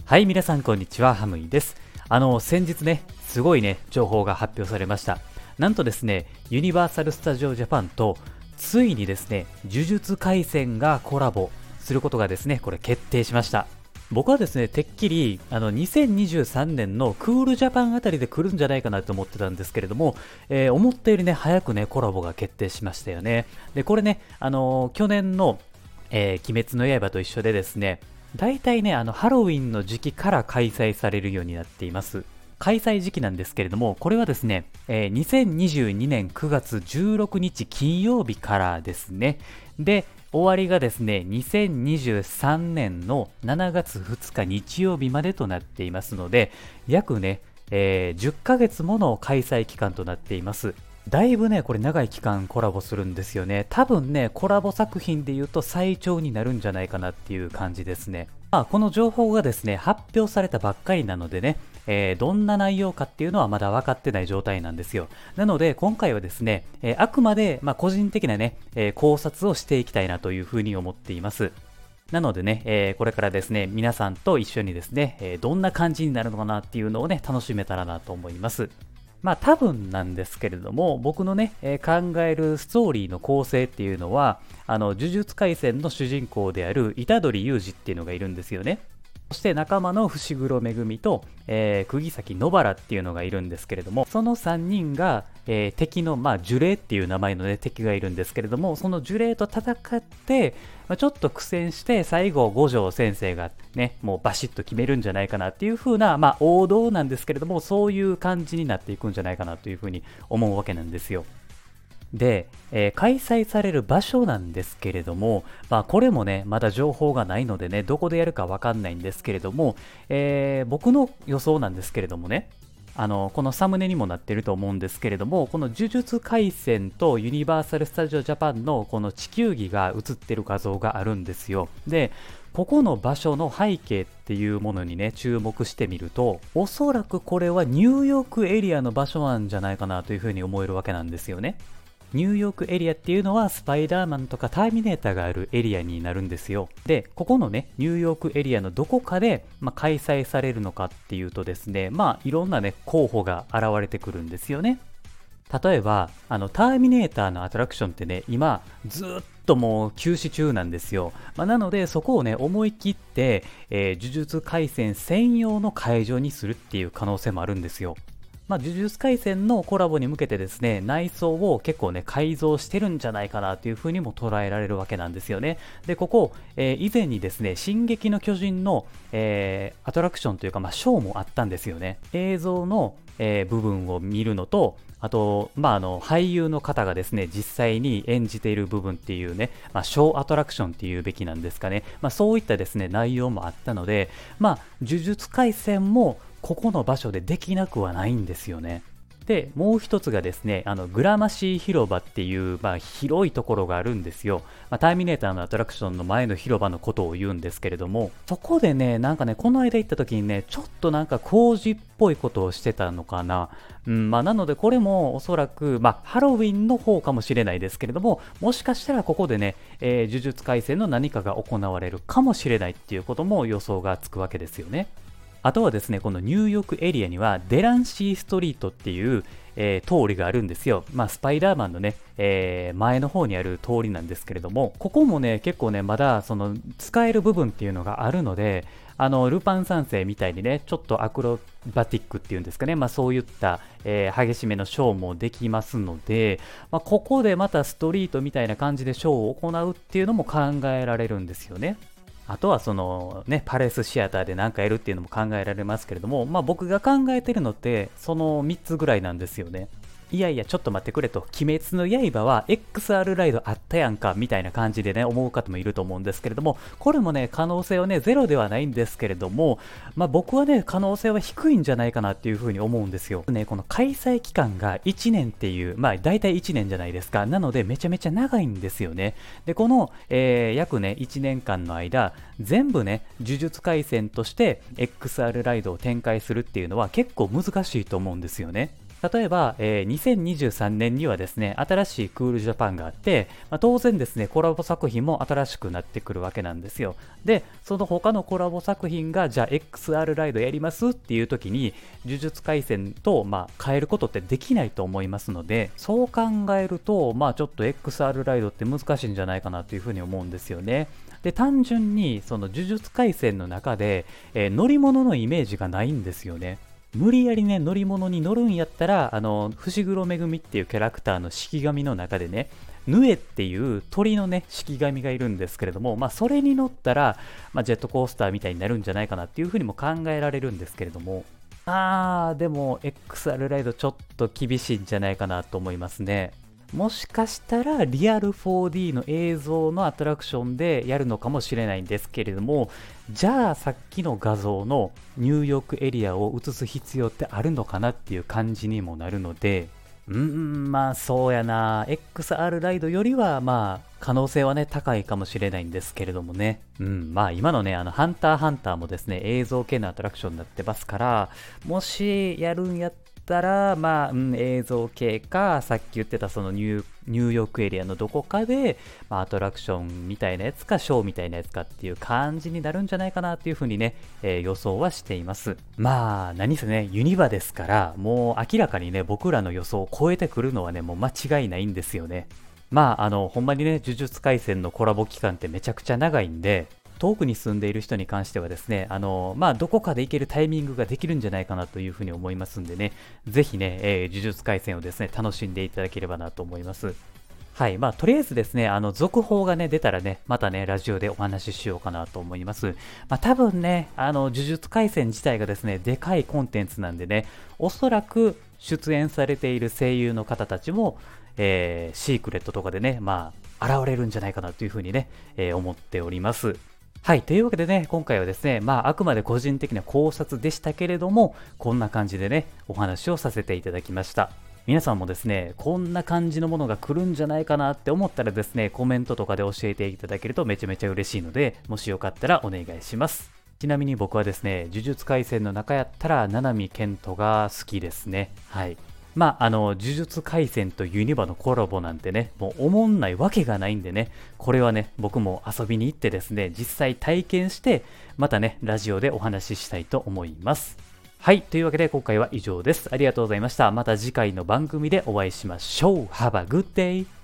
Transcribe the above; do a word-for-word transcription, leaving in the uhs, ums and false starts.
はい、皆さんこんにちは、ハムイです。あの、先日ね、すごいね、情報が発表されました。なんとですね、ユニバーサル・スタジオ・ジャパンと、ついにですね、呪術廻戦がコラボすることがですね、これ決定しました。僕はですね、てっきり、あの、にせんにじゅうさんねんのクールジャパンあたりで来るんじゃないかなと思ってたんですけれども、えー思ったよりね、早くね、コラボが決定しましたよね。で、これね、あのー去年の、えー鬼滅の刃と一緒でですね、大体ね、あの、ハロウィンの時期から開催されるようになっています。開催時期なんですけれども、これはですね、えーにせんにじゅうにねんくがつじゅうろくにち金曜日からですね。で、終わりがですね、にせんにじゅうさんねんのしちがつふつか日曜日までとなっていますので、約ね、えーじゅっかげつもの開催期間となっています。だいぶね、これ長い期間コラボするんですよね。多分ね、コラボ作品で言うと最長になるんじゃないかなっていう感じですね。まあ、この情報がですね、発表されたばっかりなのでね、えーどんな内容かっていうのはまだ分かってない状態なんですよ。なので、今回はですね、えーあくまで、まあ、個人的なね、えー考察をしていきたいなというふうに思っています。なのでね、えーこれからですね、皆さんと一緒にですね、えーどんな感じになるのかなっていうのをね、楽しめたらなと思います。まあ多分なんですけれども、僕のね、えー考えるストーリーの構成っていうのは、あの、呪術廻戦の主人公である虎杖裕二っていうのがいるんですよね。そして仲間の伏黒めぐみと、えー釘崎野原っていうのがいるんですけれども、そのさんにんが、えー敵の、まあ、呪霊っていう名前の、ね、敵がいるんですけれども、その呪霊と戦って、まあ、ちょっと苦戦して、最後、五条先生がね、もうバシッと決めるんじゃないかなっていう風な、まあ、王道なんですけれども、そういう感じになっていくんじゃないかなというふうに思うわけなんですよ。で、えー開催される場所なんですけれども、まあ、これもね、まだ情報がないのでね、どこでやるかわかんないんですけれども、えー僕の予想なんですけれどもね、あの、このサムネにもなってると思うんですけれども、この呪術廻戦とユニバーサル・スタジオ・ジャパンのこの地球儀が映ってる画像があるんですよ。で、ここの場所の背景っていうものにね、注目してみると、おそらくこれはニューヨークエリアの場所なんじゃないかなというふうに思えるわけなんですよね。ニューヨークエリアっていうのはスパイダーマンとかターミネーターがあるエリアになるんですよ。で、ここのね、ニューヨークエリアのどこかで、まあ、開催されるのかっていうとですね、まあいろんなね、候補が現れてくるんですよね。例えば、あの、ターミネーターのアトラクションってね、今、ずーっともう休止中なんですよ。まあ、なので、そこをね、思い切って、えー呪術廻戦専用の会場にするっていう可能性もあるんですよ。まあ、呪術廻戦のコラボに向けてですね、内装を結構ね、改造してるんじゃないかなというふうにも捉えられるわけなんですよね。で、ここ、えー以前にですね、進撃の巨人の、えーアトラクションというか、まあ、ショーもあったんですよね。映像の、えー部分を見るのと、あと、まあ、あの、俳優の方がですね、実際に演じている部分っていうね、まあ、ショーアトラクションっていうべきなんですかね。まあ、そういったですね、内容もあったので、まあ、呪術廻戦もここの場所でできなくはないんですよね。で、もう一つがですね、あの、グラマシー広場っていう、まあ、広いところがあるんですよ。まあ、ターミネーターのアトラクションの前の広場のことを言うんですけれども、そこでね、なんかね、この間行った時にね、ちょっとなんか工事っぽいことをしてたのかな。うん、まあ、なのでこれもおそらく、まあ、ハロウィンの方かもしれないですけれども、もしかしたらここでね、えー呪術廻戦の何かが行われるかもしれないっていうことも予想がつくわけですよね。あとはですね、このニューヨークエリアにはデランシーストリートっていう、えー通りがあるんですよ。まあ、スパイダーマンのね、えー前の方にある通りなんですけれども、ここもね、結構ね、まだその使える部分っていうのがあるので、あの、ルパン三世みたいにね、ちょっとアクロバティックっていうんですかね、まあそういった、えー激しめのショーもできますので、まあ、ここでまたストリートみたいな感じでショーを行うっていうのも考えられるんですよね。あとはそのね、パレスシアターで何かやるっていうのも考えられますけれども、まあ僕が考えてるのってそのみっつぐらいなんですよね。いやいや、ちょっと待ってくれと。鬼滅の刃は エックスアール ライドあったやんか、みたいな感じでね、思う方もいると思うんですけれども、これもね、可能性はね、ゼロではないんですけれども、まあ僕はね、可能性は低いんじゃないかなっていうふうに思うんですよ。ね、この開催期間がいちねんっていう、まあ大体いちねんじゃないですか。なのでめちゃめちゃ長いんですよね。で、この、えー約ね、いちねんかんの間、全部ね、呪術廻戦として エックスアール ライドを展開するっていうのは結構難しいと思うんですよね。 例えば、えーにせんにじゅうさんねんにはですね、新しいクールジャパンがあって、まあ、当然ですね、コラボ作品も新しくなってくるわけなんですよ。で、その他のコラボ作品が、じゃあ エックスアール ライドやりますっていう時に、呪術廻戦と、まあ、変えることってできないと思いますので、そう考えると、まあ、ちょっと エックスアール ライドって難しいんじゃないかなというふうに思うんですよね。で、単純に、その呪術廻戦の中で、えー乗り物のイメージがないんですよね。無理やりね、乗り物に乗るんやったら、あの、伏黒めぐみっていうキャラクターの式神の中でね、ヌエっていう鳥のね、式神がいるんですけれども、まあ、それに乗ったら、まあ、ジェットコースターみたいになるんじゃないかなっていうふうにも考えられるんですけれども、あー、でも、エックスアール ライドちょっと厳しいんじゃないかなと思いますね。もしかしたらリアル フォーディー の映像のアトラクションでやるのかもしれないんですけれども、じゃあさっきの画像の入浴エリアを映す必要ってあるのかなっていう感じにもなるので、うーん、まあそうやな、エックスアール ライドよりはまあ可能性はね高いかもしれないんですけれどもね。うん、まあ今のね、あのハンターハンターもですね、映像系のアトラクションになってますから、もしやるんやったら、まあ、うん、映像系か、さっき言ってたその入入浴エリアのどこかで、まあ、アトラクションみたいなやつか、ショーみたいなやつかっていう感じになるんじゃないかなっていうふうにね、えー予想はしています。まあ、何せね、ユニバですから、もう明らかにね、僕らの予想を超えてくるのはね、もう間違いないんですよね。まあ、あの、ほんまにね、呪術廻戦のコラボ期間ってめちゃくちゃ長いんで、遠くに住んでいる人に関してはですね、あの、まあ、どこかで行けるタイミングができるんじゃないかなというふうに思いますんでね、ぜひね、えー呪術廻戦をですね、楽しんでいただければなと思います。はい。まあ、とりあえずですね、あの、続報がね、出たらね、またね、ラジオでお話ししようかなと思います。まあ、多分ね、あの、呪術廻戦自体がですね、でかいコンテンツなんでね、おそらく出演されている声優の方たちも、えーシークレットとかでね、まあ、現れるんじゃないかなというふうにね、えー思っております。はい。というわけでね、今回はですね、まあ、あくまで個人的な考察でしたけれども、こんな感じでね、お話をさせていただきました。皆さんもですね、こんな感じのものが来るんじゃないかなって思ったらですね、コメントとかで教えていただけるとめちゃめちゃ嬉しいので、もしよかったらお願いします。ちなみに僕はですね、呪術廻戦の中やったら、七海健人が好きですね。はい。まあ、あの、呪術廻戦とユニバのコラボなんてね、もう思んないわけがないんでね、これはね、僕も遊びに行ってですね、実際体験して、またね、ラジオでお話ししたいと思います。はい。というわけで今回は以上です。ありがとうございました。また次回の番組でお会いしましょう。Have a good day!